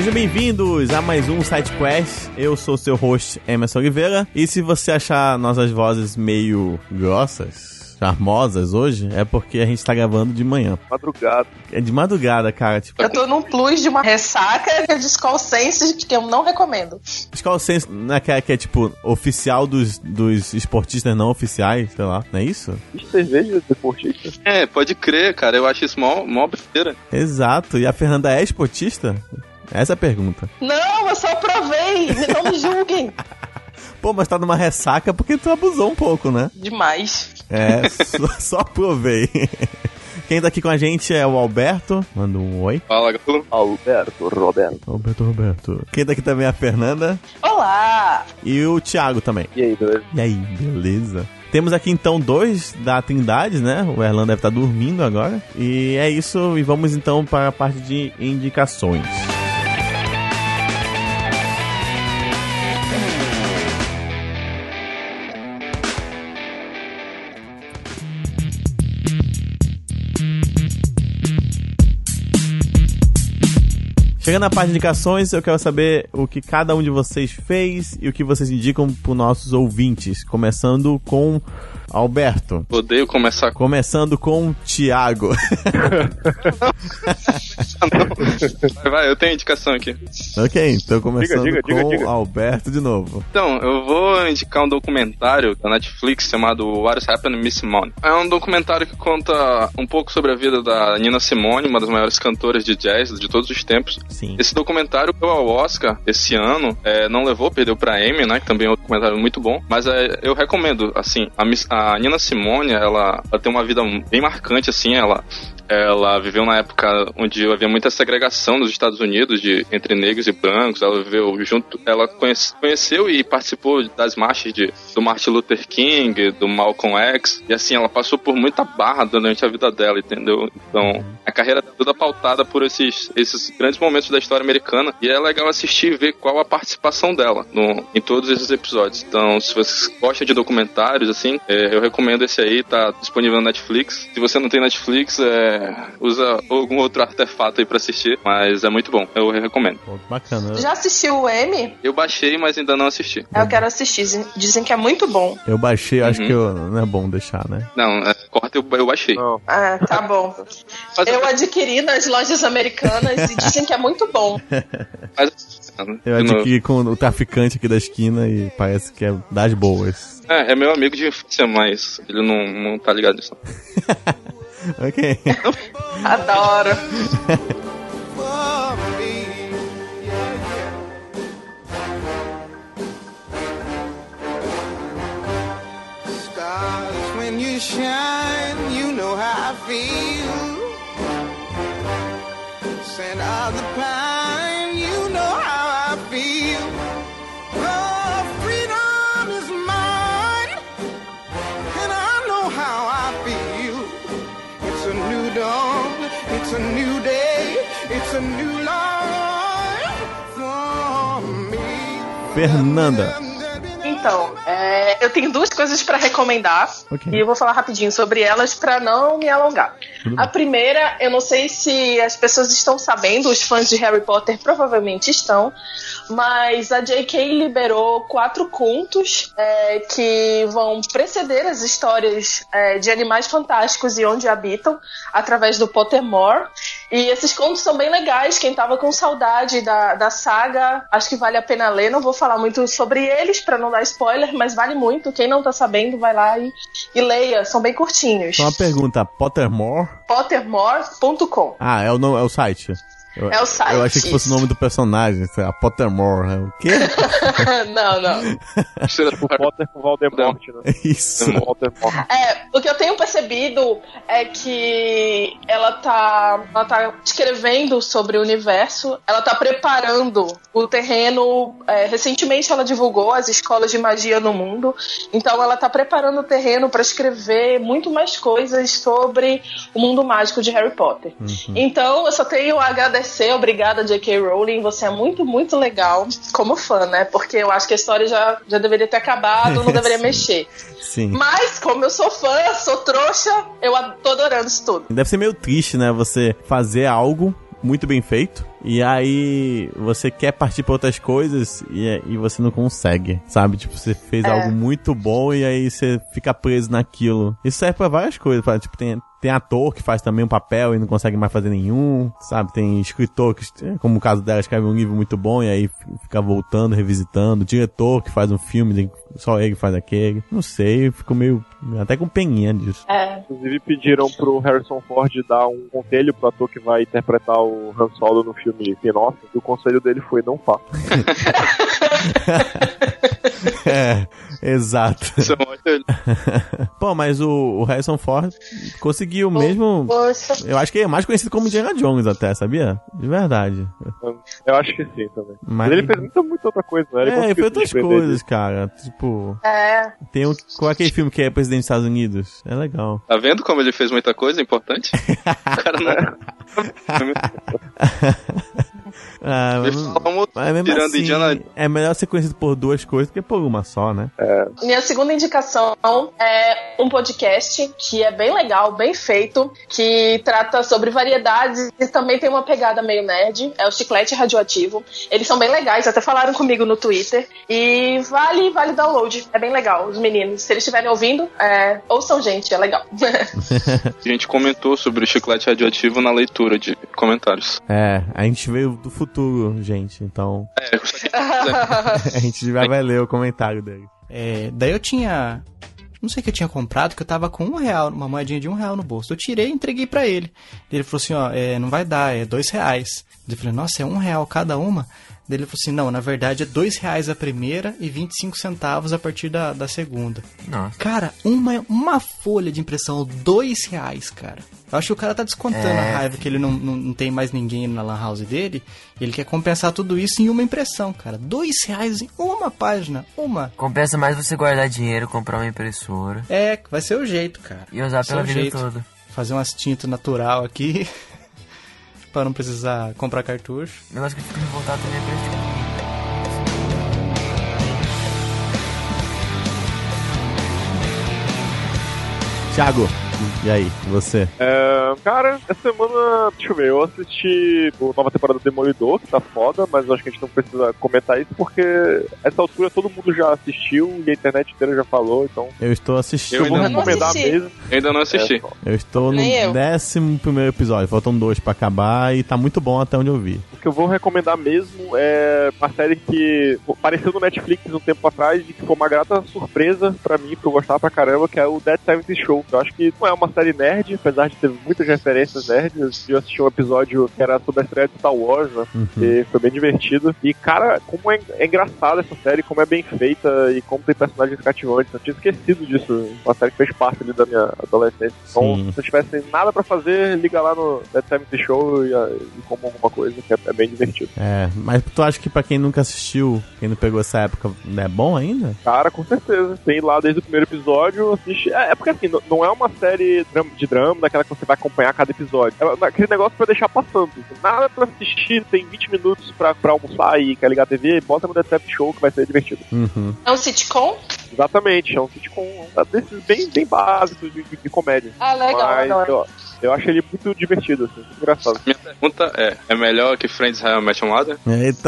Sejam bem-vindos a mais um SideQuest. Eu sou o seu host, Emerson Oliveira. E se você achar nossas vozes meio grossas, charmosas hoje, é porque a gente tá gravando de manhã. Madrugada. É de madrugada, cara. Tipo... Eu tô num plus de uma ressaca de Skull Sense que eu não recomendo. Skull Sense não é que é tipo oficial dos esportistas não oficiais, sei lá, não é isso? Cerveja de esportista? É, pode crer, cara. Eu acho isso mó besteira. Exato. E a Fernanda é esportista? Essa é a pergunta. Não, eu só provei. Não me julguem. Pô, mas tá numa ressaca porque tu abusou um pouco, né? Demais. É, só provei. Quem tá aqui com a gente é o Alberto. Manda um oi. Fala, galera. Roberto. Quem tá aqui também é a Fernanda. Olá. E o Thiago também. E aí, beleza? E aí, beleza? Temos aqui então dois da Trindade, né? O Erlan deve estar dormindo agora. E é isso, e vamos então para a parte de indicações. Chegando na parte de indicações, eu quero saber o que cada um de vocês fez e o que vocês indicam para os nossos ouvintes. Começando com Alberto. Odeio começar com... Começando com Thiago. Vai, eu tenho indicação aqui. Ok, então começando com diga. Alberto de novo. Então, eu vou indicar um documentário da Netflix chamado What Happened to Miss Simone. É um documentário que conta um pouco sobre a vida da Nina Simone, uma das maiores cantoras de jazz de todos os tempos. Sim. Esse documentário deu ao Oscar esse ano, não levou, perdeu pra Amy, né, que também é um documentário muito bom, mas eu recomendo, assim, a Nina Simone, ela tem uma vida bem marcante, assim, ela viveu na época onde havia muita segregação nos Estados Unidos entre negros e brancos. Ela viveu junto, ela conheceu e participou das marchas do Martin Luther King, do Malcolm X, e assim, ela passou por muita barra durante a vida dela, entendeu? Então, a carreira é toda pautada por esses grandes momentos da história americana, e é legal assistir e ver qual a participação dela em todos esses episódios. Então, se você gosta de documentários, assim, eu recomendo esse aí, tá disponível na Netflix. Se você não tem Netflix, usa algum outro artefato aí pra assistir, mas é muito bom, eu recomendo. Pô, bacana. Já assistiu o M? Eu baixei, mas ainda não assisti. Eu quero assistir, dizem que é muito bom. Eu baixei, acho que não é bom deixar, né? Não, corta, eu baixei. Não. Ah, tá bom. Eu adquiri nas lojas americanas e dizem que é muito bom. Eu adquiri com o traficante aqui da esquina e parece que é das boas. É meu amigo de infância, mas ele não tá ligado nisso. Ok. Adoro. Stars, when you shine, you know how I feel. Scent of the pine, you know how I feel. Oh, freedom is mine, and I know how I feel. It's a new dawn, it's a new day, it's a new life for me. Fernanda. Então, eu tenho duas coisas pra recomendar. Okay. E eu vou falar rapidinho sobre elas pra não me alongar. A primeira, eu não sei se as pessoas estão sabendo, os fãs de Harry Potter provavelmente estão, mas a J.K. liberou 4 contos que vão preceder as histórias de animais fantásticos e onde habitam através do Pottermore. E esses contos são bem legais. Quem tava com saudade da saga, acho que vale a pena ler. Não vou falar muito sobre eles pra não dar spoiler, mas vale muito. Quem não tá sabendo, vai lá e leia. São bem curtinhos. Só uma pergunta, Pottermore? Pottermore.com. Ah, é o site. É o site. Eu achei que fosse o nome do personagem, a Pottermore. O quê? Não. O Potter com Voldemort, né? Isso. O que eu tenho percebido é que ela tá escrevendo sobre o universo, ela tá preparando o terreno. Recentemente ela divulgou as escolas de magia no mundo, então ela tá preparando o terreno para escrever muito mais coisas sobre o mundo mágico de Harry Potter. Uhum. Então eu só tenho a agradecer, obrigada J.K. Rowling, você é muito, muito legal como fã, né? Porque eu acho que a história já deveria ter acabado, não deveria mexer. Sim. Mas, como eu sou fã, sou trouxa, eu tô adorando isso tudo. Deve ser meio triste, né? Você fazer algo muito bem feito. E aí você quer partir pra outras coisas e você não consegue, sabe? Tipo, você fez algo muito bom e aí você fica preso naquilo. Isso serve pra várias coisas, tipo, tem ator que faz também um papel e não consegue mais fazer nenhum, sabe? Tem escritor que, como o caso dela, escreve um livro muito bom e aí fica voltando, revisitando. Diretor que faz um filme, só ele faz aquele. Não sei, eu fico meio até com peninha disso. Inclusive pediram pro Harrison Ford dar um conselho pro ator que vai interpretar o Han Solo no filme Pinóquio, e o conselho dele foi: não faça. Exato. Isso é um conselho. Pô, mas o Harrison Ford conseguiu mesmo. Poxa. Eu acho que ele é mais conhecido como Indiana Jones até, sabia? De verdade. Eu acho que sim também. Mas ele fez muita outra coisa, né? ele fez outras coisas, cara. Tipo. Tem qual é aquele filme que é presidente dos Estados Unidos? É legal. Tá vendo como ele fez muita coisa importante? O cara não. Mas mesmo Tirando assim, Indiana... é melhor ser conhecido por duas coisas do que por uma só, né? Minha segunda indicação é um podcast que é bem legal, bem feito, que trata sobre variedades e também tem uma pegada meio nerd. É o Chiclete Radioativo. Eles são bem legais, até falaram comigo no Twitter. E vale download. É bem legal, os meninos. Se eles estiverem ouvindo, ouçam, gente, é legal. A gente comentou sobre o Chiclete Radioativo na leitura de comentários. A gente veio do futuro, gente, então a gente vai ler o comentário dele. Daí eu tinha... Não sei o que eu tinha comprado, que eu tava com R$1, uma moedinha de R$1 no bolso. Eu tirei e entreguei pra ele. Ele falou assim, não vai dar, é R$2. Eu falei, nossa, é R$1 cada uma? Daí ele falou assim, não, na verdade é R$2 a primeira e 25 centavos a partir da segunda. Nossa. Cara, uma folha de impressão, R$2, cara. Eu acho que o cara tá descontando a raiva que ele não tem mais ninguém na lan house dele. E ele quer compensar tudo isso em uma impressão, cara. R$2 em uma página, uma. Compensa mais você guardar dinheiro, comprar uma impressora. Vai ser o jeito, cara. E usar pela vida toda. Fazer umas tintas natural aqui, pra não precisar comprar cartucho. O negócio que eu fico revoltado também é preço. Thiago, e aí, você? Cara, essa semana, deixa eu ver, eu assisti a nova temporada do Demolidor, que tá foda, mas eu acho que a gente não precisa comentar isso, porque essa altura todo mundo já assistiu e a internet inteira já falou, então... Eu estou assistindo. Eu vou recomendar mesmo. Eu ainda não assisti. Eu estou no 11º episódio, faltam 2 pra acabar e tá muito bom até onde eu vi. O que eu vou recomendar mesmo é uma série que apareceu no Netflix um tempo atrás e que foi uma grata surpresa pra mim, porque eu gostava pra caramba, que é o Dead 70 Show. Eu acho que não é uma série nerd, apesar de ter muitas referências nerds. Eu assisti um episódio que era sobre a estreia de Star Wars, né? E foi bem divertido. E, cara, como é engraçada essa série, como é bem feita e como tem personagens cativantes. Eu tinha esquecido disso. Uma série que fez parte ali da minha adolescência. Então, se eu tivesse nada pra fazer, liga lá no Dead 70 Show e como alguma coisa, que é bem divertido. Mas tu acha que pra quem nunca assistiu, quem não pegou essa época, é bom ainda? Cara, com certeza. Tem lá desde o primeiro episódio, assiste. É porque assim, não é uma série de drama, daquela que você vai acompanhar cada episódio. É aquele negócio pra deixar passando. Nada pra assistir, tem 20 minutos pra almoçar e quer ligar a TV, bota no Dead 70 Show que vai ser divertido. É um sitcom? Exatamente, é um sitcom desses bem básicos de comédia. Legal. Mas, eu acho ele muito divertido, assim, muito engraçado. Minha pergunta é melhor que Friends, How I Met Your Mother?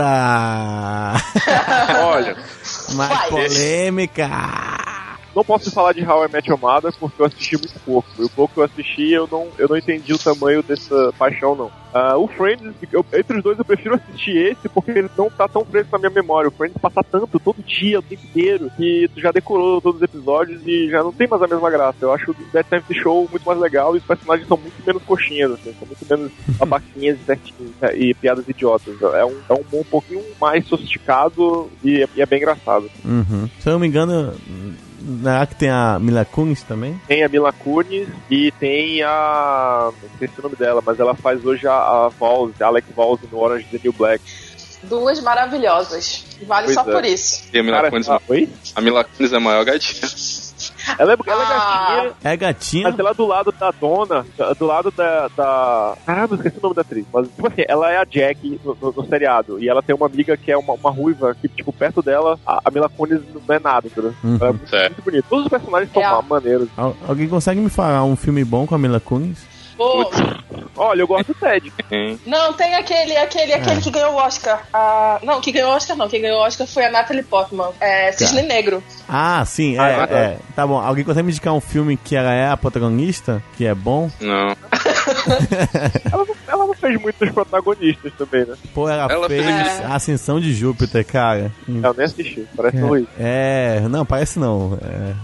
Eita! Olha, mais polêmica! Não posso falar de How I Met Your Mother porque eu assisti muito pouco. E o pouco que eu assisti, eu não entendi o tamanho dessa paixão, não. O Friends, entre os dois eu prefiro assistir esse porque ele não tá tão fresco na minha memória. O Friends passa tanto, todo dia, o tempo inteiro, que tu já decorou todos os episódios e já não tem mais a mesma graça. Eu acho o Dead 70 Show muito mais legal e os personagens são muito menos coxinhas, assim, são muito menos babaquinhas e certinhas e piadas idiotas. É um humor um pouquinho mais sofisticado e é bem engraçado. Se eu não me engano... Será que tem a Mila Kunis também? Tem a Mila Kunis e tem a... não esqueci o nome dela, mas ela faz hoje a Alex Voss no Orange is the New Black. Duas maravilhosas. Vale Pois só por isso. E a Mila Kunis, Oi? a Mila Kunis é a maior gatinha. Ela é gatinha. É gatinha? Mas ela do lado da dona, do lado da... Caramba, esqueci o nome da atriz. Mas, tipo assim, ela é a Jack no seriado. E ela tem uma amiga que é uma ruiva, que, tipo, perto dela, a Mila Kunis não é nada, entendeu? Ela é muito bonita. Todos os personagens são maneiros. Alguém consegue me falar um filme bom com a Mila Kunis? Olha, eu gosto do Ted. Não, tem aquele que ganhou o Oscar. Não, que ganhou o Oscar não. Quem ganhou o Oscar foi a Natalie Portman. Cisne Negro. Ah, sim, tá bom. Alguém consegue me indicar um filme que ela é a protagonista? Que é bom? Não. Ela não fez muitos protagonistas também, né? Pô, ela fez Ascensão de Júpiter, cara. Eu nem assisti, parece ruim. Não, parece não.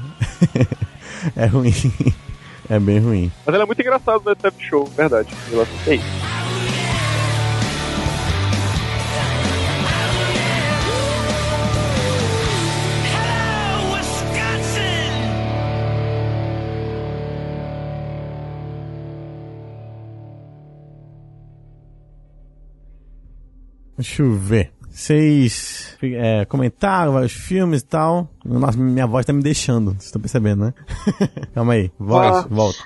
É ruim. É bem ruim. Mas ela é muito engraçada no Death Show, verdade. Ela tem. Deixa eu ver. Vocês comentaram vários filmes e tal. Nossa, minha voz tá me deixando. Vocês estão percebendo, né? Calma aí. Volta.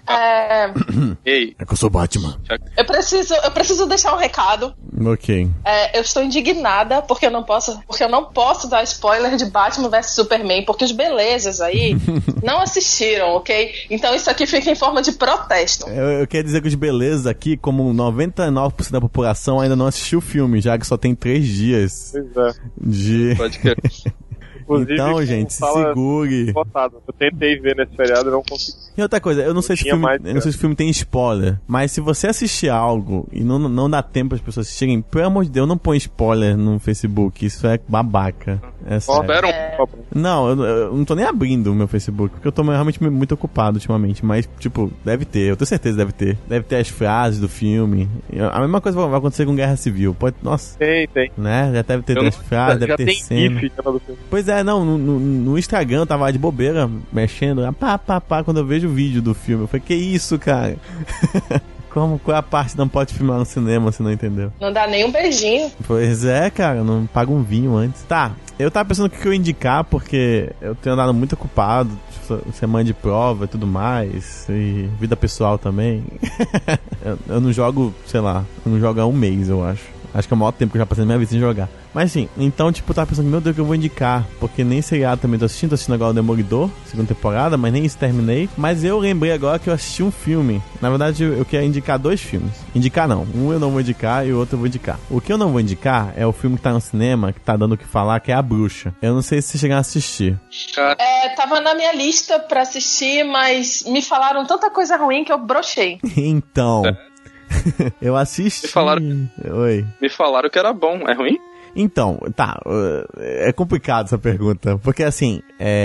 Ei. É que eu sou Batman. Eu preciso deixar um recado. Ok. Eu estou indignada porque eu não posso dar spoiler de Batman vs Superman, porque os belezas aí não assistiram, ok? Então isso aqui fica em forma de protesto. Eu quero dizer que os belezas aqui, como 99% da população, ainda não assistiu o filme, já que só tem 3 dias. Pois é. Pode crer. Então, gente, se segure. Eu tentei ver nesse feriado e não consegui. E outra coisa, eu não sei se o filme tem spoiler, mas se você assistir algo e não dá tempo para as pessoas assistirem, pelo amor de Deus, não põe spoiler no Facebook. Isso é babaca. É sério. Não, eu não tô nem abrindo o meu Facebook, porque eu tô realmente muito ocupado ultimamente. Mas, tipo, deve ter, eu tenho certeza que deve ter. Deve ter as frases do filme. A mesma coisa vai acontecer com Guerra Civil. Nossa. Tem. Né? Já deve ter as frases, deve ter cena. Pois é, não, no Instagram eu tava de bobeira, mexendo, quando eu vejo o vídeo do filme, eu falei, que isso, cara? Qual é a parte que não pode filmar no cinema, você não entendeu? Não dá nem um beijinho. Pois é, cara, não paga um vinho antes. Tá, eu tava pensando o que eu ia indicar, porque eu tenho andado muito ocupado, semana de prova e tudo mais, e vida pessoal também. eu não jogo, sei lá, há um mês, eu acho. Acho que é o maior tempo que eu já passei na minha vida sem jogar. Mas assim, então, tipo, eu tava pensando, meu Deus, o que eu vou indicar? Porque nem seriado também tô assistindo agora o Demolidor, segunda temporada, mas nem isso terminei. Mas eu lembrei agora que eu assisti um filme. Na verdade, eu quero indicar 2 filmes. Indicar não. Um eu não vou indicar e o outro eu vou indicar. O que eu não vou indicar é o filme que tá no cinema, que tá dando o que falar, que é A Bruxa. Eu não sei se vocês chegaram a assistir. Tava na minha lista pra assistir, mas me falaram tanta coisa ruim que eu brochei. Então... eu assisti... Me falaram que era bom, é ruim? Então, tá, é complicado essa pergunta, porque assim,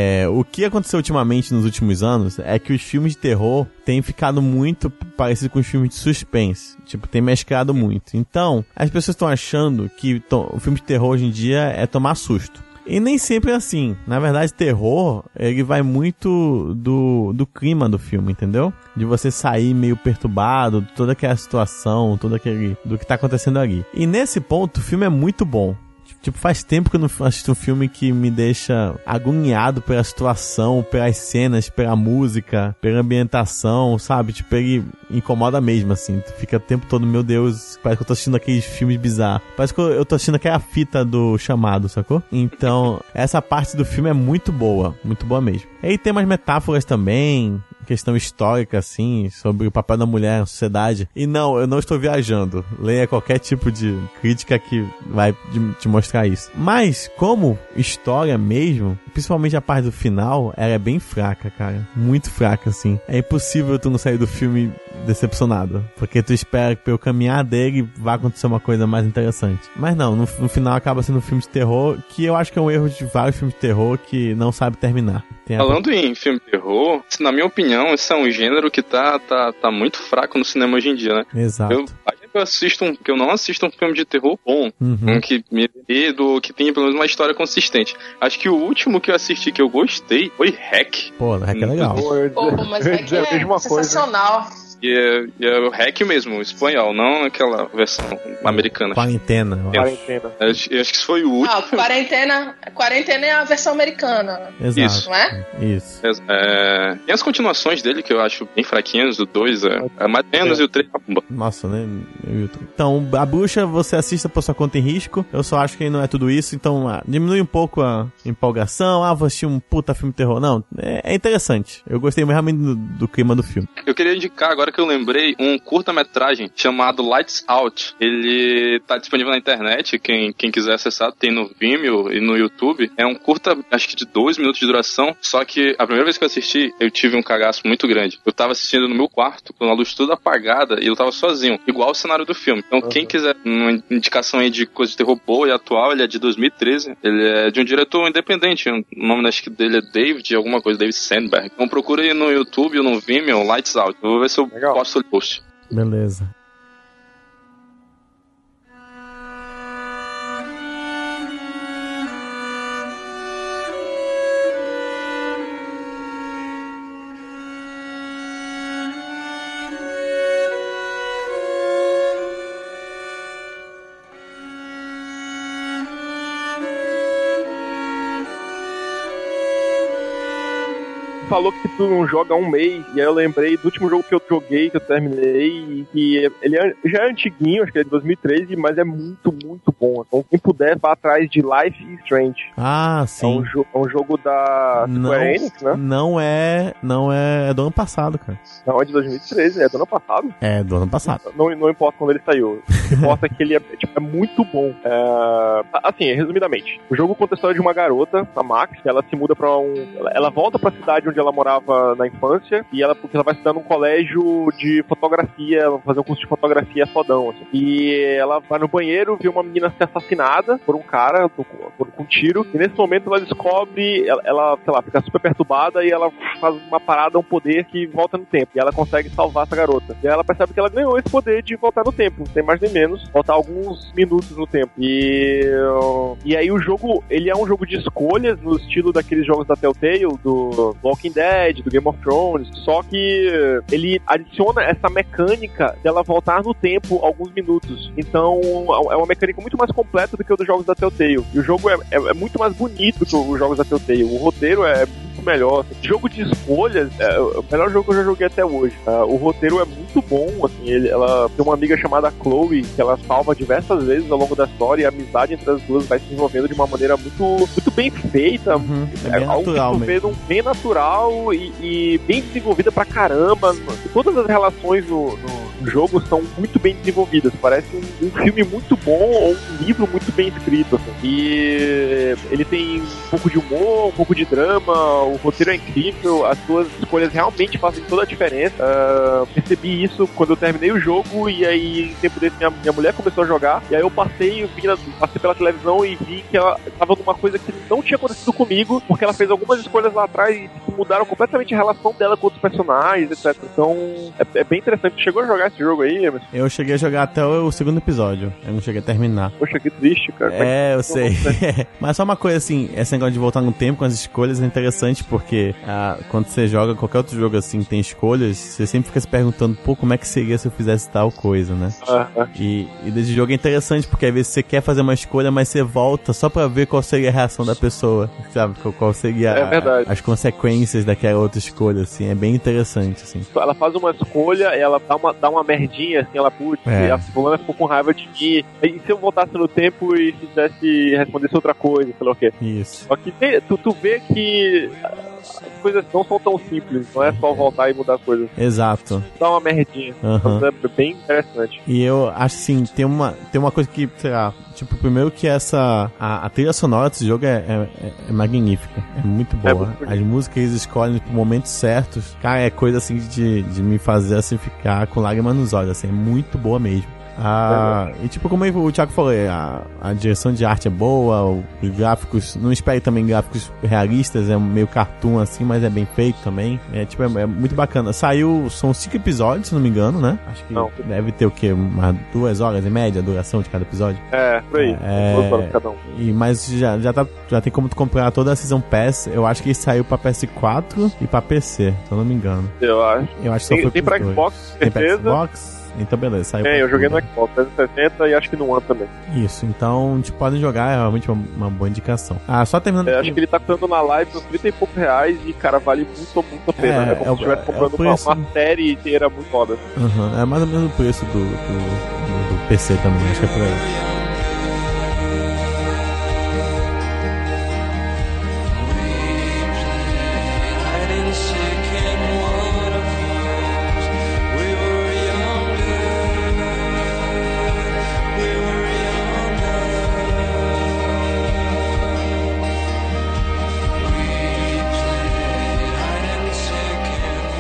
o que aconteceu ultimamente nos últimos anos é que os filmes de terror têm ficado muito parecidos com os filmes de suspense, tipo, tem mesclado muito. Então, as pessoas estão achando que o filme de terror hoje em dia é tomar susto. E nem sempre é assim. Na verdade, terror, ele vai muito do clima do filme, entendeu? De você sair meio perturbado, toda aquela situação, do que tá acontecendo ali. E nesse ponto, o filme é muito bom. Tipo, faz tempo que eu não assisto um filme que me deixa agoniado pela situação, pelas cenas, pela música, pela ambientação, sabe? Tipo, ele incomoda mesmo, assim. Tu fica o tempo todo, meu Deus, parece que eu tô assistindo aqueles filmes bizarros. Parece que eu tô assistindo aquela fita do Chamado, sacou? Então, essa parte do filme é muito boa mesmo. E aí tem umas metáforas também, questão histórica, assim, sobre o papel da mulher na sociedade. E não, eu não estou viajando. Leia qualquer tipo de crítica que vai te mostrar isso. Mas, como história mesmo, principalmente a parte do final, ela é bem fraca, cara. Muito fraca, assim. É impossível tu não sair do filme decepcionado. Porque tu espera que pelo caminhar dele vai acontecer uma coisa mais interessante. Mas não, no final acaba sendo um filme de terror, que eu acho que é um erro de vários filmes de terror que não sabe terminar. Falando em filme de terror, na minha opinião, esse é um gênero que tá muito fraco no cinema hoje em dia, né? Exato. Que eu não assisto um filme de terror bom, que me medo, que tenha pelo menos uma história consistente. Acho que o último que eu assisti que eu gostei foi Hack. Pô, Hack é legal. Mas Hack é sensacional. E é o Hack mesmo, o espanhol, não aquela versão americana. Quarentena. Eu acho que isso foi o último. Quarentena é a versão americana. Exato. Isso. Não é? Isso. Tem as continuações dele que eu acho bem fraquinhas, o 2 é mais ou menos e o 3 é uma bomba. Nossa, né? Então, A Bruxa você assista por sua conta em risco. Eu só acho que não é tudo isso, então diminui um pouco a empolgação. Vou assistir um puta filme de terror. Não, é interessante. Eu gostei realmente do clima do filme. Eu queria indicar agora agora que eu lembrei, um curta-metragem chamado Lights Out. Ele tá disponível na internet, quem quiser acessar, tem no Vimeo e no YouTube. É um curta, acho que de 2 minutos de duração, só que a primeira vez que eu assisti, eu tive um cagaço muito grande. Eu tava assistindo no meu quarto, com a luz toda apagada, e eu tava sozinho, igual o cenário do filme. Então, quem quiser uma indicação aí de coisa de terror boa e atual, ele é de 2013. Ele é de um diretor independente, o nome acho que dele é David, alguma coisa, David Sandberg. Então procura aí no YouTube ou no Vimeo, Lights Out. Eu vou ver se eu posto o post. Beleza. Falou que tu não joga há um mês, e aí eu lembrei do último jogo que eu joguei, que eu terminei, e que ele já é antiguinho, acho que é de 2013, mas é muito, muito bom. Então quem puder, vá atrás de Life is Strange. Ah, sim. É um jogo da Square Enix, né? Não é do ano passado, cara. Não, é de 2013, é do ano passado. É do ano passado. Não importa quando ele saiu. O que importa é que ele é muito bom. Assim, resumidamente, o jogo conta a história de uma garota, a Max, que ela se muda pra ela volta pra cidade onde ela morava na infância, porque ela vai estudar num colégio de fotografia, ela vai fazer um curso de fotografia fodão, assim. E ela vai no banheiro, vê uma menina ser assassinada por um cara com um tiro, e nesse momento ela descobre, ela sei lá, fica super perturbada, e ela faz uma parada, um poder que volta no tempo, e ela consegue salvar essa garota. E aí ela percebe que ela ganhou esse poder de voltar no tempo, sem mais nem menos, voltar alguns minutos no tempo. E aí o jogo, ele é um jogo de escolhas, no estilo daqueles jogos da Telltale, do Walking Dead, do Game of Thrones, só que ele adiciona essa mecânica dela voltar no tempo alguns minutos. Então é uma mecânica muito mais completa do que o dos jogos da Telltale. E o jogo é muito mais bonito do que os jogos da Telltale. O roteiro é muito melhor. Jogo de escolhas é o melhor jogo que eu já joguei até hoje. O roteiro é muito bom. Assim, ela tem uma amiga chamada Chloe, que ela salva diversas vezes ao longo da história, e a amizade entre as duas vai se desenvolvendo de uma maneira muito, muito bem feita. É bem algo natural que tu vê bem natural e bem desenvolvida pra caramba. E todas as relações no jogo são muito bem desenvolvidas. Parece um filme muito bom ou um livro muito bem escrito. Assim. E ele tem um pouco de humor, um pouco de drama, o roteiro é incrível, as suas escolhas realmente fazem toda a diferença. Percebi isso quando eu terminei o jogo, e aí, em tempo desse, minha mulher começou a jogar, e aí eu passei pela televisão e vi que ela estava numa coisa que não tinha acontecido comigo, porque ela fez algumas escolhas lá atrás e mudaram completamente a relação dela com outros personagens, etc. Então, é bem interessante. Tu chegou a jogar esse jogo aí, Emerson? Eu cheguei a jogar até o segundo episódio. Eu não cheguei a terminar. Poxa, que triste, cara. Eu sei. Mas só uma coisa assim, esse negócio de voltar no tempo com as escolhas é interessante, porque quando você joga qualquer outro jogo assim, tem escolhas, você sempre fica se perguntando, pô, como é que seria se eu fizesse tal coisa, né? E desse jogo é interessante, porque às vezes você quer fazer uma escolha, mas você volta só pra ver qual seria a reação da pessoa, sabe? Qual seria as consequências daquela outra escolha, assim. É bem interessante, assim. Ela faz uma escolha, ela dá uma merdinha, assim, ela putz, e a fulana ficou com raiva de mim. E se eu voltasse no tempo e fizesse, respondesse outra coisa, sei lá o quê. Isso. Só que tu vê que as coisas não são tão simples, não é só voltar e mudar as coisas. Exato. Dá uma merdinha. Então é bem interessante. E eu acho assim, tem uma coisa que, sei lá, tipo, primeiro que a trilha sonora desse jogo é magnífica, é muito boa. As músicas eles escolhem pro momentos certos, cara, é coisa assim de me fazer assim ficar com lágrimas nos olhos, assim, é muito boa mesmo. E tipo, como o Thiago falou, a direção de arte é boa, os gráficos, não espere também gráficos realistas, é meio cartoon assim, mas é bem feito também. É muito bacana. São 5 episódios, se não me engano, né? Acho que deve ter o quê? Umas 2 horas em média a duração de cada episódio. Por aí. 2 horas cada um. Mas já tem como tu comprar toda a Season Pass. Eu acho que ele saiu pra PS4 e pra PC, se eu não me engano. Eu acho que só foi tem pra Xbox, tem certeza. Pra Xbox? Então beleza, saiu. Eu joguei no Xbox 360 e acho que no One também. Isso, então, tipo, podem jogar, é realmente uma boa indicação. Só terminando. Acho que ele tá custando na live uns 30 e poucos reais e, cara, vale muito a pena. É como se estivesse comprando uma série inteira muito foda. É mais ou menos o preço do PC também, acho que é por aí. We were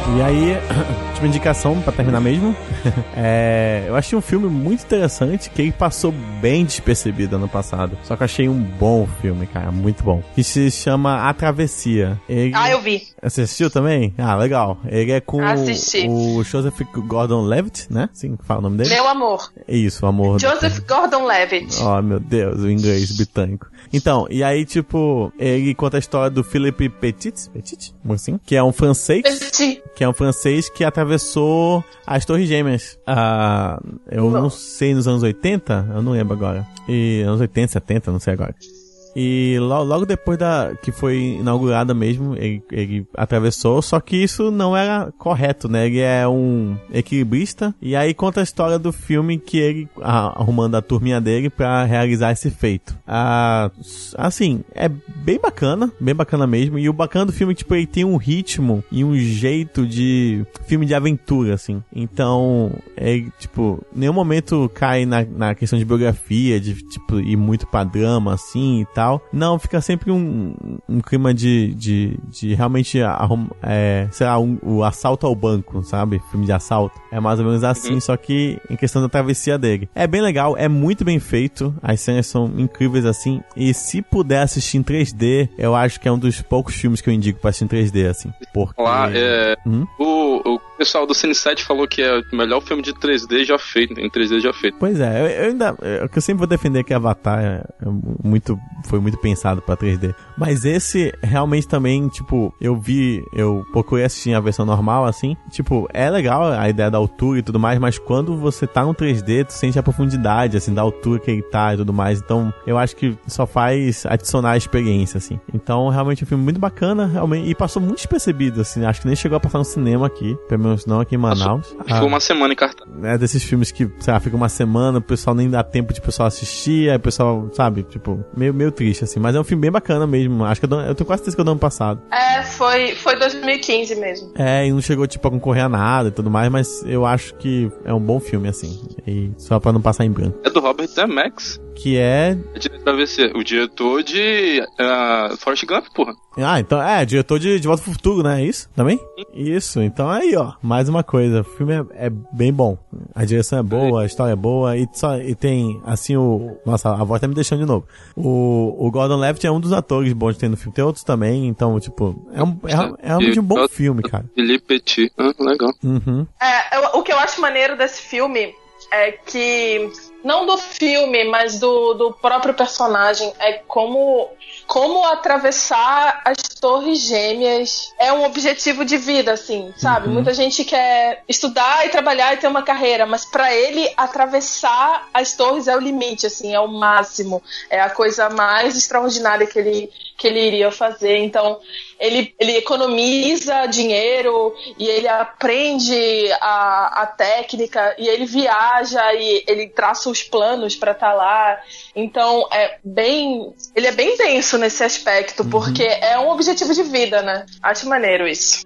E aí, última indicação pra terminar mesmo. Eu achei um filme muito interessante que ele passou bem despercebido ano passado. Só que eu achei um bom filme, cara, muito bom. Que se chama A Travessia. Eu vi. Você assistiu também? Ah, legal. Ele é com o Joseph Gordon-Levitt, né? Sim, fala o nome dele. Meu amor. Isso, o amor. Joseph Gordon-Levitt. Oh, meu Deus, o inglês britânico. Então, e aí, tipo, ele conta a história do Philippe Petit, assim, que é um francês. Petit. Que é um francês que atravessou as Torres Gêmeas. Eu não sei, nos anos 80? Eu não lembro agora. E anos 80, 70, não sei agora. E logo depois que foi inaugurada mesmo, ele atravessou, só que isso não era correto, né? Ele é um equilibrista, e aí conta a história do filme que ele arrumando a turminha dele pra realizar esse feito. Assim, é bem bacana mesmo, e o bacana do filme é que, tipo, ele tem um ritmo e um jeito de filme de aventura, assim. Então, tipo, em nenhum momento cai na questão de biografia, de, tipo, ir muito pra drama, assim, e tal. Não, fica sempre um clima de realmente, sei lá, o assalto ao banco, sabe? Filme de assalto. É mais ou menos assim, só que em questão da travessia dele. É bem legal, é muito bem feito, as cenas são incríveis assim, e se puder assistir em 3D, eu acho que é um dos poucos filmes que eu indico pra assistir em 3D, assim. Porque... Lá, o pessoal do Cine7 falou que é o melhor filme de 3D já feito, em 3D já feito. Pois é, eu ainda... O que eu sempre vou defender é que Avatar foi muito pensado pra 3D. Mas esse, realmente também, tipo, eu procurei assistir a versão normal, assim. Tipo, é legal a ideia da altura e tudo mais, mas quando você tá no 3D, tu sente a profundidade, assim, da altura que ele tá e tudo mais. Então, eu acho que só faz adicionar a experiência, assim. Então, realmente, é um filme muito bacana, realmente, e passou muito despercebido, assim. Acho que nem chegou a passar no cinema aqui, pelo menos não aqui em Manaus. Ficou uma semana em cartaz. É desses filmes que, sei lá, fica uma semana, o pessoal nem dá tempo de pessoal assistir, aí o pessoal, sabe, tipo, meio triste, assim. Mas é um filme bem bacana mesmo. Acho que eu tenho quase certeza que eu dou ano passado. Foi 2015 mesmo. E não chegou, tipo, a concorrer a nada e tudo mais, mas eu acho que é um bom filme, assim. E só pra não passar em branco. É do Robert Zemeckis. Que é... O diretor de Forrest Gump, porra. Então, diretor de Volta pro Futuro, né? É isso? Também? Isso, então aí, ó. Mais uma coisa. O filme é bem bom. A direção é boa, a história é boa. E tem, assim, Nossa, a voz tá me deixando de novo. O Gordon-Levitt é um dos atores bons que tem no filme. Tem outros também, então, tipo... É realmente um bom filme, cara. Philippe Petit. Legal. Uhum. O que eu acho maneiro desse filme é que... Não do filme, mas do próprio personagem. É como atravessar as Torres Gêmeas é um objetivo de vida, assim, sabe? Muita gente quer estudar e trabalhar e ter uma carreira, mas pra ele, atravessar as torres é o limite, assim, é o máximo. É a coisa mais extraordinária que ele iria fazer. Então, ele economiza dinheiro e ele aprende a técnica e ele viaja e ele traça os planos para estar lá. Então, ele é bem denso nesse aspecto, porque é um objetivo de vida, né? Acho maneiro isso.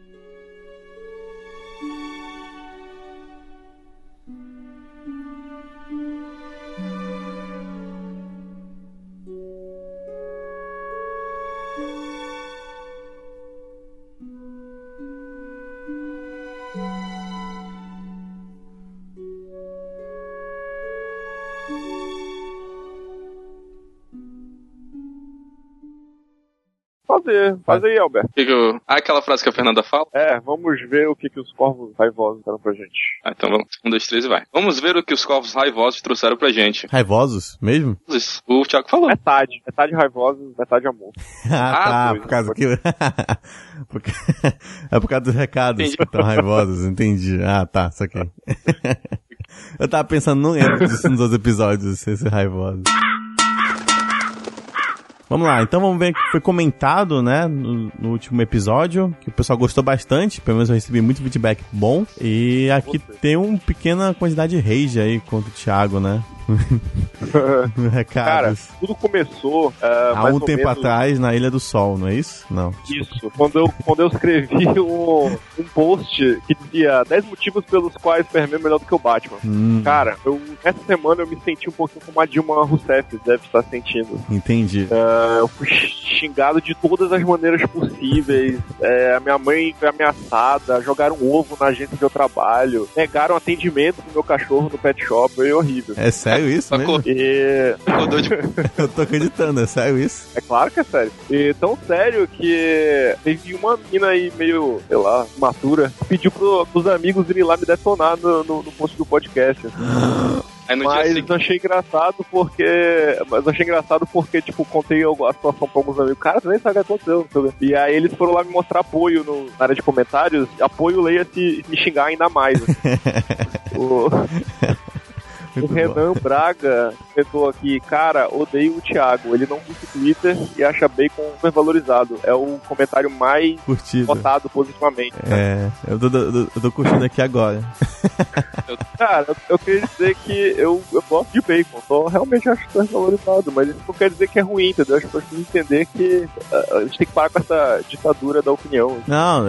Faz aí, Alberto. Aquela frase que a Fernanda fala? Vamos ver o que os corvos raivosos deram pra gente. Então vamos. 1, 2, 3 e vai. Vamos ver o que os corvos raivosos trouxeram pra gente. Raivosos? Mesmo? Isso. O Thiago falou. Metade raivosos, metade amor. Tá, por causa daquilo. É por causa dos recados que estão raivosos, entendi. Tá, saquei. Eu tava pensando, não lembro disso nos outros episódios, esse raivoso. Vamos lá, então vamos ver o que foi comentado, né, no último episódio, que o pessoal gostou bastante, pelo menos eu recebi muito feedback bom, e aqui tem uma pequena quantidade de rage aí contra o Thiago, né, Recados. Cara, tudo começou há um tempo atrás na Ilha do Sol, não é isso? Não. Isso. Quando eu escrevi um post que dizia 10 motivos pelos quais o Superman é melhor do que o Batman. Cara, essa semana eu me senti um pouquinho como a Dilma Rousseff deve estar sentindo. Entendi. Eu fui xingado de todas as maneiras possíveis. A minha mãe foi ameaçada, jogaram um ovo na agência que eu trabalho, negaram atendimento pro meu cachorro no pet shop, foi horrível. É sério isso mesmo? Eu tô acreditando, é sério isso? É claro que é sério. E tão sério que teve uma mina aí meio, sei lá, matura, pediu pros amigos irem lá me detonar no post do podcast. Mas eu achei engraçado porque, tipo, contei a situação pra alguns amigos. Cara, nem sabe o que aconteceu. E aí eles foram lá me mostrar apoio na área de comentários. Apoio, leia-se me xingar ainda mais. O Renan Braga comentou aqui, cara, odeio o Thiago, ele não curte Twitter e acha Bacon supervalorizado. É o comentário mais votado positivamente. Eu tô curtindo aqui agora. Cara, eu queria dizer que eu gosto de Bacon, só realmente acho supervalorizado, mas isso não quer dizer que é ruim, entendeu? Acho que precisa entender que a gente tem que parar com essa ditadura da opinião. Não,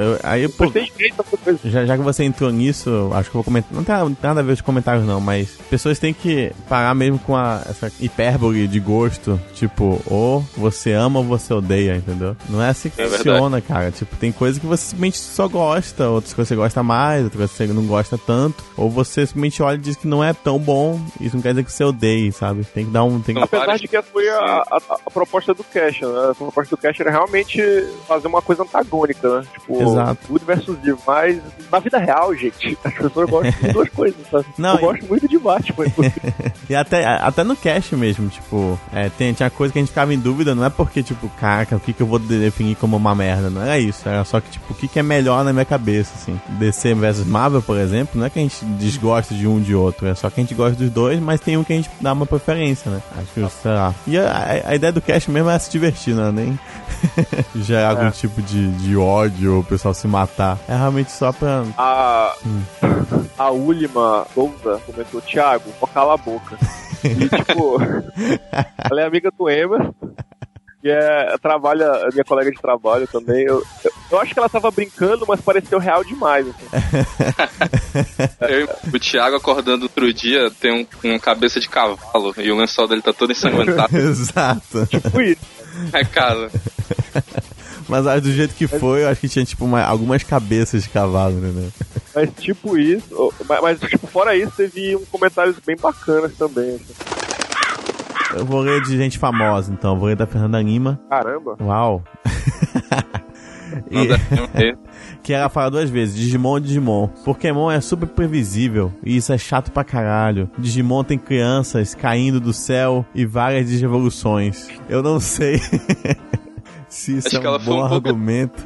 já que você entrou nisso, acho que eu vou comentar, não tem nada a ver com os comentários não, mas pessoas têm que parar mesmo com essa hipérbole de gosto, tipo, ou você ama ou você odeia, entendeu? Não é assim que funciona, cara. Tipo, tem coisas que você simplesmente só gosta, outras que você gosta mais, outras que você não gosta tanto, ou você simplesmente olha e diz que não é tão bom, isso não quer dizer que você odeie, sabe? Tem que dar um... Apesar de que essa foi a proposta do Cash, né? A proposta do Cash era realmente fazer uma coisa antagônica, né? Tipo, Good versus Evil, mas na vida real, gente, as pessoas gostam de duas coisas, sabe? Não, eu gosto muito de Batman. E até no cast mesmo, tipo, tinha coisa que a gente ficava em dúvida, não é porque, tipo, caraca, o que eu vou definir como uma merda, não era isso, era só que, tipo, o que é melhor na minha cabeça, assim. DC vs Marvel, por exemplo, não é que a gente desgosta de um de outro, é só que a gente gosta dos dois, mas tem um que a gente dá uma preferência, né? Acho que, sei lá. E a ideia do cast mesmo é se divertir, não é nem gerar algum tipo de ódio ou o pessoal se matar. É realmente só pra... A Ulima Souza comentou, Thiago, vou calar a boca. E tipo, ela é amiga do Emerson, que trabalha, minha colega de trabalho também. Eu acho que ela tava brincando, mas pareceu real demais. Assim. O Thiago acordando outro dia tem uma cabeça de cavalo e o lençol dele tá todo ensanguentado. Exato. Tipo isso. Cara. Mas do jeito que foi, eu acho que tinha tipo algumas cabeças de cavalo, né? Mas tipo isso, mas tipo, fora isso, teve comentários bem bacanas também. Assim. Eu vou ler de gente famosa, então. Vou ler da Fernanda Lima. Caramba. Uau. Que ela fala duas vezes, Digimon. Pokémon é super previsível e isso é chato pra caralho. Digimon tem crianças caindo do céu e várias desevoluções. Eu não sei se isso é um bom argumento.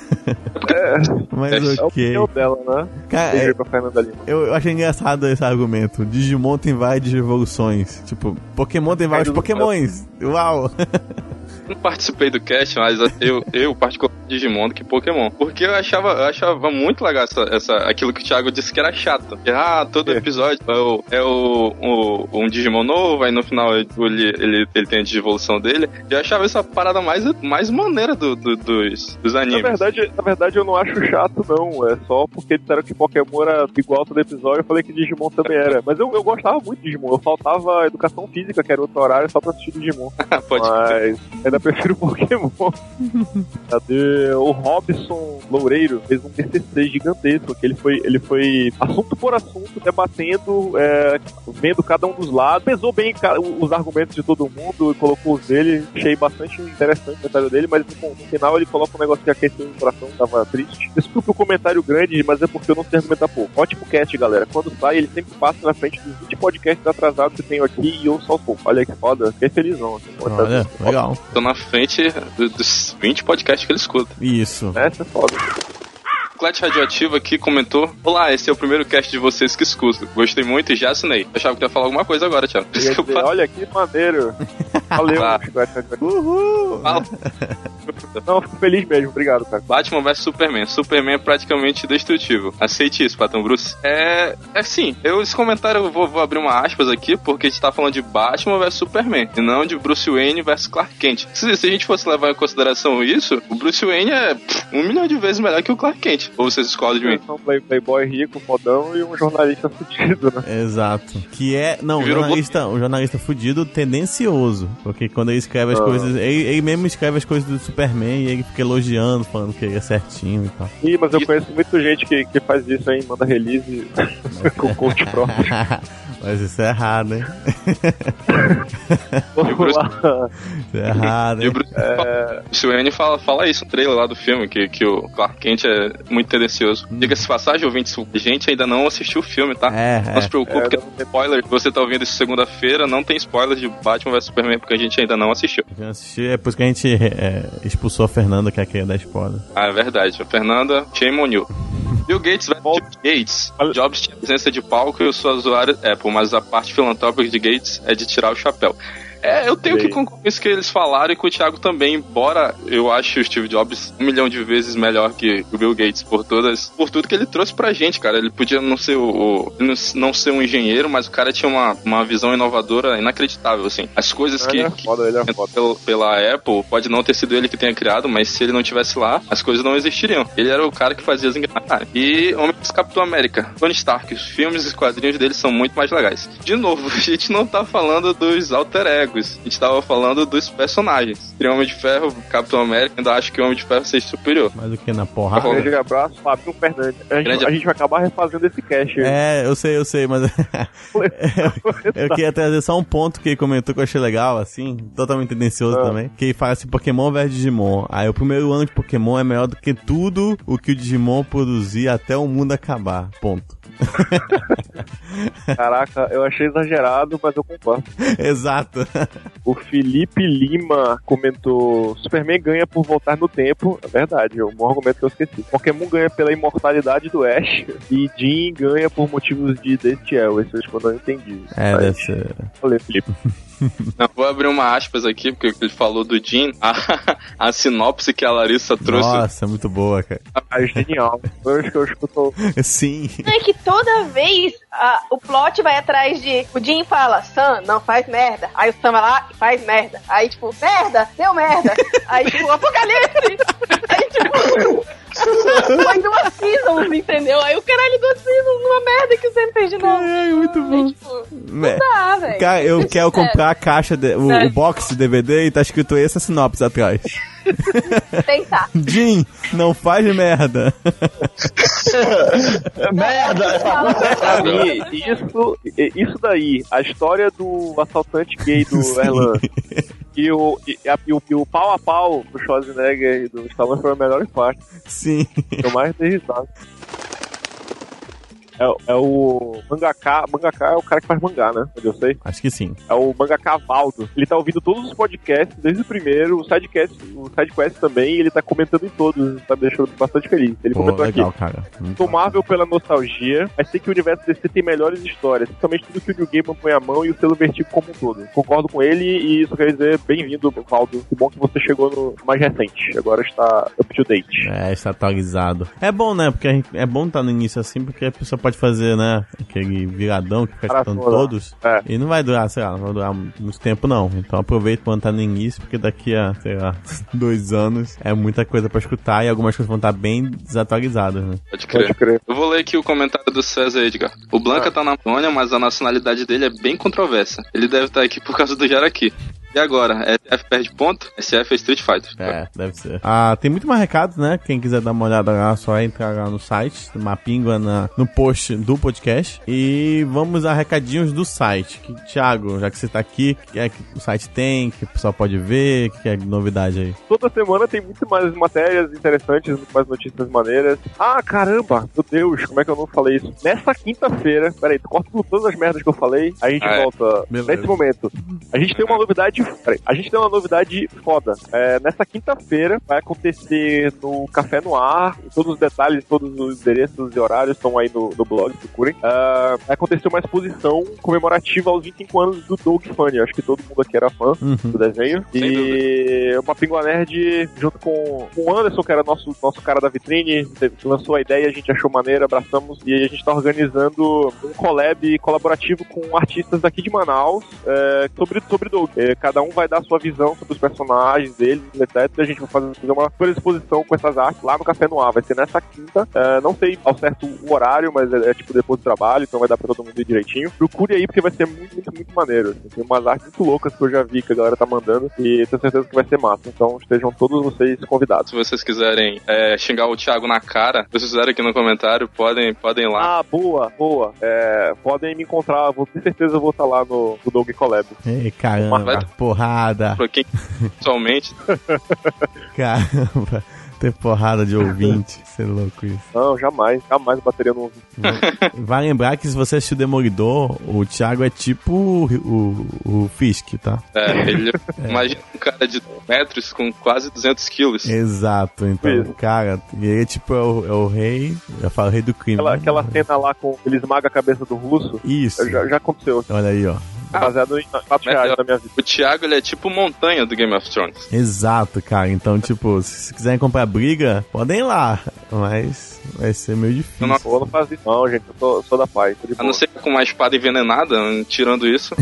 Mas ok. É o dela, né? Cara, eu achei engraçado esse argumento. Digimon tem várias evoluções. Tipo, Pokémon tem vários Pokémons. Uau! Não participei do cast, mas eu particularmente Digimon do que Pokémon. Porque eu achava muito legal aquilo que o Thiago disse que era chato. Que, todo episódio é um Digimon novo, aí no final ele tem a evolução dele. E eu achava essa parada mais maneira dos animes. Na verdade, eu não acho chato, não. É só porque disseram que Pokémon era igual todo episódio, eu falei que Digimon também era. Mas eu gostava muito de Digimon. Eu faltava educação física, que era outro horário, só pra assistir Digimon. Mas ainda prefiro Pokémon. Cadê? O Robson Loureiro fez um TCC gigantesco, que ele foi assunto por assunto, debatendo, vendo cada um dos lados, pesou bem os argumentos de todo mundo e colocou os dele. Achei bastante interessante o comentário dele, mas no final ele coloca um negócio que aqueceu o coração, tava triste. Desculpa o comentário grande, mas é porque eu não sei argumentar pouco. Ótimo cast, galera. Quando sai, ele sempre passa na frente dos 20 podcasts atrasados que eu tenho aqui e eu só pouco. Olha que foda, fiquei felizão. Assim, olha, legal. Tô na frente dos 20 podcasts que ele escuta. Isso. Essa é foda. Chiclete Radioativo aqui comentou: olá, esse é o primeiro cast de vocês que escuto. Gostei muito e já assinei. Achava que ia falar alguma coisa agora, Thiago. Olha que maneiro. Valeu, Chiclete Radioativo. Uhul. Fala. Não, eu fico feliz mesmo. Obrigado, cara. Batman vs Superman. Superman é praticamente destrutivo. Aceite isso, Patão Bruce. Sim, esse comentário eu vou abrir uma aspas aqui, porque a gente tá falando de Batman vs Superman, e não de Bruce Wayne vs Clark Kent. Se a gente fosse levar em consideração isso, o Bruce Wayne é 1 milhão de vezes melhor que o Clark Kent. Ou vocês discordam de mim? Um playboy rico, fodão e um jornalista fudido, né? Exato. Que é... Não, um jornalista fudido tendencioso. Porque quando ele escreve as coisas... Ele mesmo escreve as coisas do Superman e ele fica elogiando, falando que ele é certinho e tal. Ih, mas eu conheço muita gente que faz isso aí, manda release com coach próprio. Mas isso é errado, hein? Isso é errado, hein? E o Bruce Wayne fala isso no trailer lá do filme, que o Clark Kent é muito tendencioso. Diga-se passagem, ouvintes, a gente ainda não assistiu o filme, tá? Não se preocupe, que não tem spoiler. Você tá ouvindo isso segunda-feira, não tem spoiler de Batman vs Superman, porque a gente ainda não assistiu. Já assisti, é por isso que a gente expulsou a Fernanda, que é queria dar spoiler. Ah, é verdade. A Fernanda, shame on you. Bill Gates Gates. Jobs tinha presença de palco e eu sou usuário Apple, mas a parte filantrópica de Gates é de tirar o chapéu. Eu tenho que concordar com isso que eles falaram e com o Thiago também, embora eu ache o Steve Jobs 1 milhão de vezes melhor que o Bill Gates por tudo que ele trouxe pra gente, cara. Ele podia não ser não ser um engenheiro, mas o cara tinha uma visão inovadora inacreditável, assim. As coisas que pela Apple, pode não ter sido ele que tenha criado, mas se ele não tivesse lá, as coisas não existiriam. Ele era o cara que fazia as engrenagens. E Homem dos Capitão América, Tony Stark, os filmes e os quadrinhos dele são muito mais legais. De novo, a gente não tá falando dos alter egos. A gente tava falando dos personagens. Tem Homem de Ferro, Capitão América, ainda acho que o Homem de Ferro seja superior. Mas o que na porrada? Um grande abraço, Fábio Fernandes. A gente vai acabar refazendo esse cast. Eu sei, mas eu queria trazer só um ponto que ele comentou que eu achei legal, assim, totalmente tendencioso também, que ele fala assim, Pokémon versus Digimon. Aí o primeiro ano de Pokémon é melhor do que tudo o que o Digimon produzir até o mundo acabar. Ponto. Caraca, eu achei exagerado, mas eu concordo. Exato. O Felipe Lima comentou: Superman ganha por voltar no tempo. É verdade, é um bom argumento que eu esqueci. Pokémon ganha pela imortalidade do Ash e Jean ganha por motivos de Destiel. Esse eu não entendi. Deve ser. Valeu, Felipe. Não, vou abrir uma aspas aqui, porque ele falou do Jean. A sinopse que a Larissa trouxe. Nossa, muito boa, cara. É genial. Eu acho que eu escuto. Sim. É que toda vez o plot vai atrás de... O Jim fala, Sam, não faz merda. Aí o Sam vai lá e faz merda. Aí, tipo, merda, deu merda. Aí, tipo, apocalipse. Aí, tipo... Foi 2 seasons, entendeu? Aí o caralho 2 seasons numa merda que o Sam fez de novo. Muito bom. Aí, tipo, não dá, velho. Cara, eu quero comprar a caixa, o box de DVD e tá escrito essa sinopse atrás. Tentar. Jim, não faz merda. Merda! Isso daí, a história do assaltante gay do Erlan e o pau a pau do Schwarzenegger e do Stallone foi a melhor parte. Sim. Eu mais dei risada. É o mangaka. Mangaka é o cara que faz mangá, né? Eu sei. Acho que sim. É o mangaka Valdo. Ele tá ouvindo todos os podcasts, desde o primeiro, o SideQuest também, e ele tá comentando em todos. Tá me deixando bastante feliz. Ele comentou legal, aqui. Cara. Sou Marvel pela nostalgia, mas sei que o universo DC tem melhores histórias, principalmente tudo que o New Gaiman põe a mão e o selo Vertigo como um todo. Concordo com ele e isso quer dizer bem-vindo, Valdo. Que bom que você chegou no mais recente. Agora está up to date. Está atualizado. É bom, né? Porque é bom estar no início assim, porque a pessoa pode fazer, né, aquele viradão que fica escutando todos. E não vai durar, sei lá, não vai durar muito tempo não. Então aproveita quando tá no início, porque daqui a, sei lá, 2 anos é muita coisa pra escutar e algumas coisas vão estar bem desatualizadas, né? Pode crer. Eu vou ler aqui o comentário do César Edgar. O Blanca tá na Amazônia, mas a nacionalidade dele é bem controversa. Ele deve estar aqui por causa do Jaraqui. E agora? SF perde ponto? SF é Street Fighter. Deve ser. Tem muito mais recados, né? Quem quiser dar uma olhada lá, só entrar lá no site, Mapingua, no post do podcast. E vamos a recadinhos do site. Thiago, já que você tá aqui, o que é que o site tem, que o pessoal pode ver, o que é de novidade aí? Toda semana tem muito mais matérias interessantes, muito mais notícias maneiras. Caramba! Meu Deus, como é que eu não falei isso? Nessa quinta-feira, peraí, corta todas as merdas que eu falei, a gente volta. Beleza. Nesse momento. A gente tem uma novidade A gente tem uma novidade foda. Nessa quinta-feira vai acontecer no Café no Ar. Todos os detalhes, todos os endereços e horários estão aí no blog, procurem. Vai acontecer uma exposição comemorativa aos 25 anos do Doug Funny. Acho que todo mundo aqui era fã do desenho. E uma Pinguim Nerd junto com o Anderson, que era nosso cara da vitrine, lançou a ideia, a gente achou maneiro, abraçamos, e a gente tá organizando um collab colaborativo com artistas daqui de Manaus sobre Doug. Cada um vai dar a sua visão sobre os personagens deles, etc. E a gente vai fazer uma exposição com essas artes lá no Café no Ar. Vai ser nessa quinta. Não sei ao certo o horário, mas é tipo depois do trabalho, então vai dar pra todo mundo ir direitinho. Procure aí, porque vai ser muito, muito, muito maneiro. Assim. Tem umas artes muito loucas que eu já vi que a galera tá mandando, e tenho certeza que vai ser massa. Então estejam todos vocês convidados. Se vocês quiserem xingar o Thiago na cara, se vocês fizerem aqui no comentário, podem ir lá. Ah, boa. Podem me encontrar, com certeza eu vou estar lá no Doug Collab. Ei, caramba, porrada. Pra quem pessoalmente. Caramba. Ter porrada de ouvinte, ser louco isso. Não, jamais bateria no ouvinte. Vai lembrar que se você assistiu Demolidor, o Thiago é tipo o Fisk, tá? Ele imagina um cara de metros com quase 200 quilos. Exato, então, cara, ele é tipo o rei, eu falo rei do crime. Aquela cena lá com ele esmaga a cabeça do russo. Isso. Já aconteceu. Olha aí, ó. Baseado em fatos reais da minha vida. O Thiago, ele é tipo montanha do Game of Thrones. Exato, cara. Então, tipo, se quiserem comprar briga, podem ir lá. Mas vai ser meio difícil. Eu não faço isso não, gente. Eu sou da paz. A não ser com uma espada envenenada, tirando isso.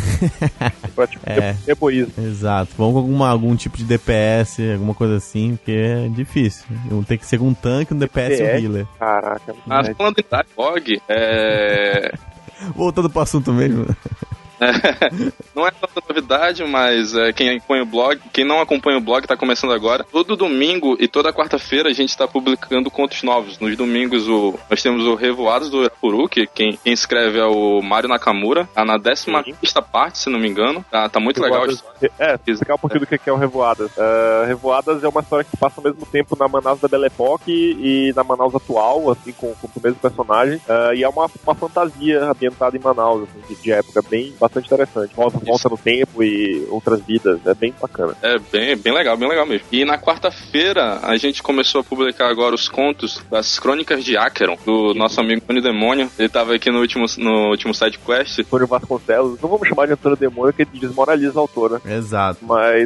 Egoísmo. Exato. Vamos com algum tipo de DPS, alguma coisa assim, porque é difícil. Tem que ser com um tanque, um DPS e um healer. Caraca. Falando em Darkbog, voltando pro assunto mesmo. Não é tanta novidade, mas quem não acompanha o blog tá começando agora. Todo domingo e toda quarta-feira a gente tá publicando contos novos. Nos domingos nós temos o Revoadas do Irapuru, que quem escreve é o Mário Nakamura. Tá na 15ª parte, se não me engano. Tá muito Revoadas, legal. Explicar um pouquinho do que é o Revoadas. Revoadas é uma história que passa ao mesmo tempo na Manaus da Belle Époque e na Manaus atual, assim, com o mesmo personagem. E é uma fantasia ambientada em Manaus, assim, de época bastante interessante. Volta no tempo e outras vidas. É bem bacana. É bem legal mesmo. E na quarta-feira a gente começou a publicar agora os contos das Crônicas de Acheron, do nosso amigo Antônio Demônio. Ele tava aqui no último side quest. Antônio Vasconcelos. Não vamos chamar de Antônio Demônio, que ele desmoraliza a autora. Exato. Mas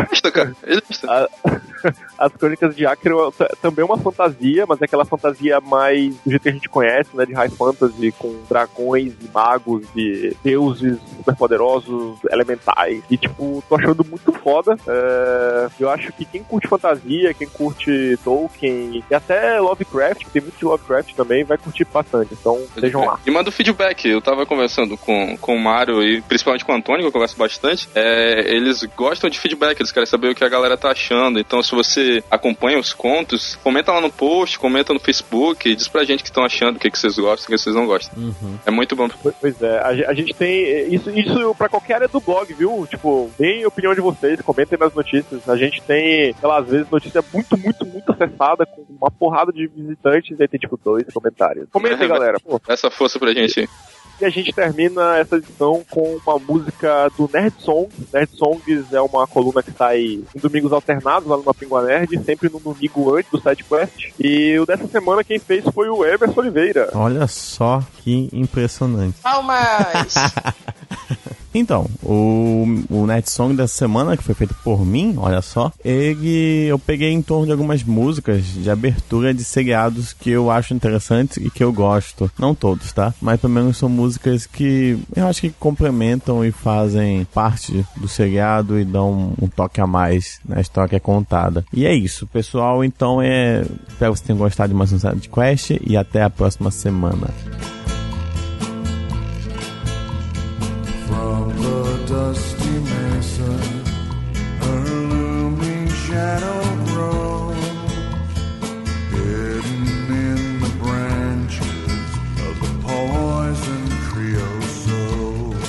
as Crônicas de Acheron também é uma fantasia, mas é aquela fantasia mais do jeito que a gente conhece, né? De high fantasy, com dragões e magos e deuses super poderosos, elementais. E, tipo, tô achando muito foda. Eu acho que quem curte fantasia, quem curte Tolkien e até Lovecraft, que tem muito de Lovecraft também, vai curtir bastante. Então, estejam lá. E manda o feedback. Eu tava conversando com o Mário e principalmente com o Antônio, que eu converso bastante. Eles gostam de feedback, eles querem saber o que a galera tá achando. Então, se você acompanha os contos, comenta lá no post, comenta no Facebook, diz pra gente o que estão achando, o que vocês gostam, o que vocês não gostam. É muito bom. Pois é, a gente tem... Isso pra qualquer área do blog, viu? Tipo, deem a opinião de vocês, comentem nas notícias. A gente tem, sei lá, às vezes notícia muito, muito, muito acessada, com uma porrada de visitantes, e aí tem, tipo, 2 comentários. Comentem, galera. Pô. Essa força pra gente. E a gente termina essa edição com uma música do Nerd Songs. Nerd Songs é uma coluna que sai em domingos alternados lá no Pinguim Nerd, sempre no domingo antes do SideQuest. E o dessa semana quem fez foi o Emerson Oliveira. Olha só que impressionante. Palmas! Então, o Nerd Song dessa semana, que foi feito por mim, olha só, eu peguei em torno de algumas músicas de abertura de seriados que eu acho interessantes e que eu gosto. Não todos, tá? Mas pelo menos são músicas que eu acho que complementam e fazem parte do seriado e dão um toque a mais na história que é contada. E é isso, pessoal. Então, espero que vocês tenham gostado de mais um SideQuest e até a próxima semana. From the dusty mesa, a looming shadow grows, hidden in the branches of the poison creosote.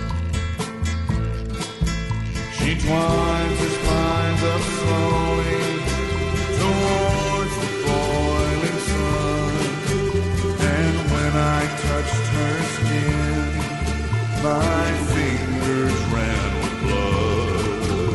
She twines her spines up slowly towards the boiling sun, and when I touched her skin, my fingers ran with blood.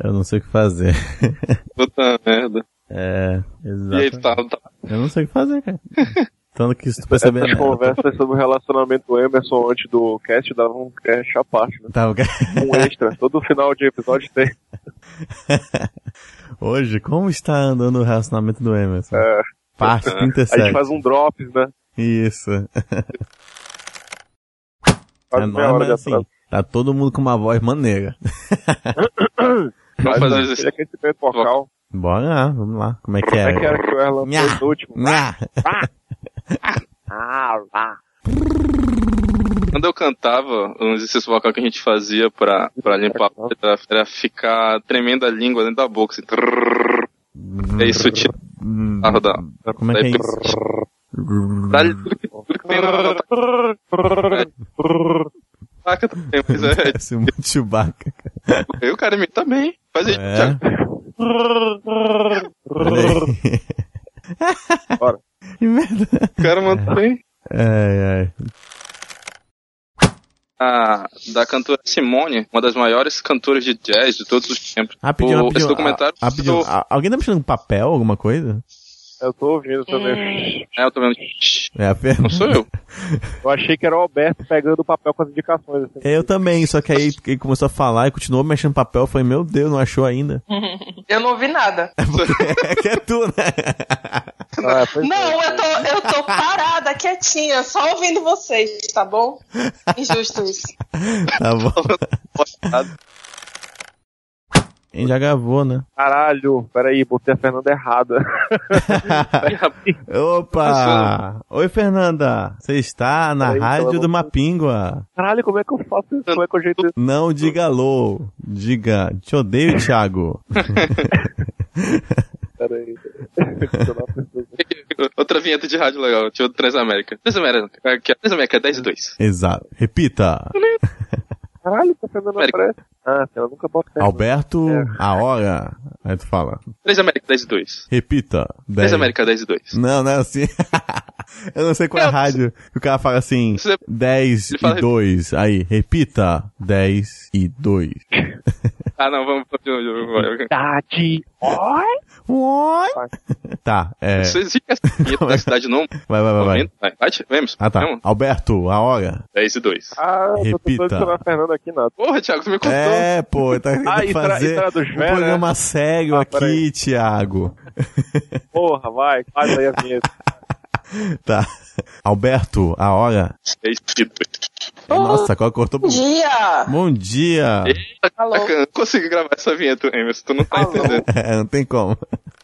Eu não sei o que fazer. Puta merda. Exato. E aí, tá. Eu não sei o que fazer, cara. Tanto que se tu perceber... Essas conversas sobre o relacionamento do Emerson antes do cast davam um cast à parte, né? Tá, okay. Um extra. Todo final de episódio tem. Hoje, como está andando o relacionamento do Emerson? Parte 37. A gente faz um drops, né? Isso. Quase meia hora de atraso. Tá todo mundo com uma voz maneira. Vamos fazer isso. Aquecimento vocal. Bora lá, vamos lá. Como é que é? Como é que era que o Erlan fez no último? Quando eu cantava, um exercício vocal que a gente fazia pra limpar a letra era ficar tremendo a língua dentro da boca, assim. E aí isso tira Como é que é isso? Tudo que tem na Chewbacca também, mas Parece muito Chewbacca. Eu, o cara imita bem. Faz aí, Thiago. Bora. Que merda. O cara manda bem. Ai. Da cantora Simone, uma das maiores cantoras de jazz de todos os tempos. Rapidinho. Esse documentário... Alguém tá mexendo com papel, alguma coisa? Eu tô ouvindo também. Eu tô vendo. É a Fernanda. Não sou eu. Eu achei que era o Alberto pegando o papel com as indicações. Assim. Eu também, só que aí ele começou a falar e continuou mexendo no papel. Eu falei, meu Deus, não achou ainda? Eu não ouvi nada. É que é tu, né? Não, eu tô parada, quietinha, só ouvindo vocês, tá bom? Injusto isso. Tá bom. A gente já gravou, né? Caralho, peraí, botei a Fernanda errada. Opa! Oi, Fernanda. Você está na rádio do Mapingua. Caralho, como é que eu faço isso? Como é que eu ajeito isso? Não diga alô. Diga, te odeio, Thiago. Peraí. Outra vinheta de rádio legal. Tinha o Transamérica. Transamérica 10-2. Exato. Repita. Caralho, a Fernanda não aparece. Ela nunca bota certo. Alberto, a hora. Aí tu fala. Transamérica 10-2. Repita. Transamérica 10-2. Não é assim. Eu não sei qual é a rádio. O cara fala assim, 10 e 2. Aí, repita. 10 e 2. Não, vamos. Cidade. Oi? Tá, Você existe essa vinheta da cidade não? Vai. Vamos. Tá. Vamos. Alberto, a hora. 10 e 2. Repita. Eu tô tentando a Fernanda aqui, nada. Porra, Thiago, você me contou. Pô, tá querendo fazer um programa sério aqui, Thiago. Porra, faz aí a vinheta. Tá. Alberto, a hora. 10 e 2. Nossa, qual cortou? Bom dia! Bom dia! Eita, não consigo gravar essa vinheta, Emerson, tu não tá entendendo. Não tem como.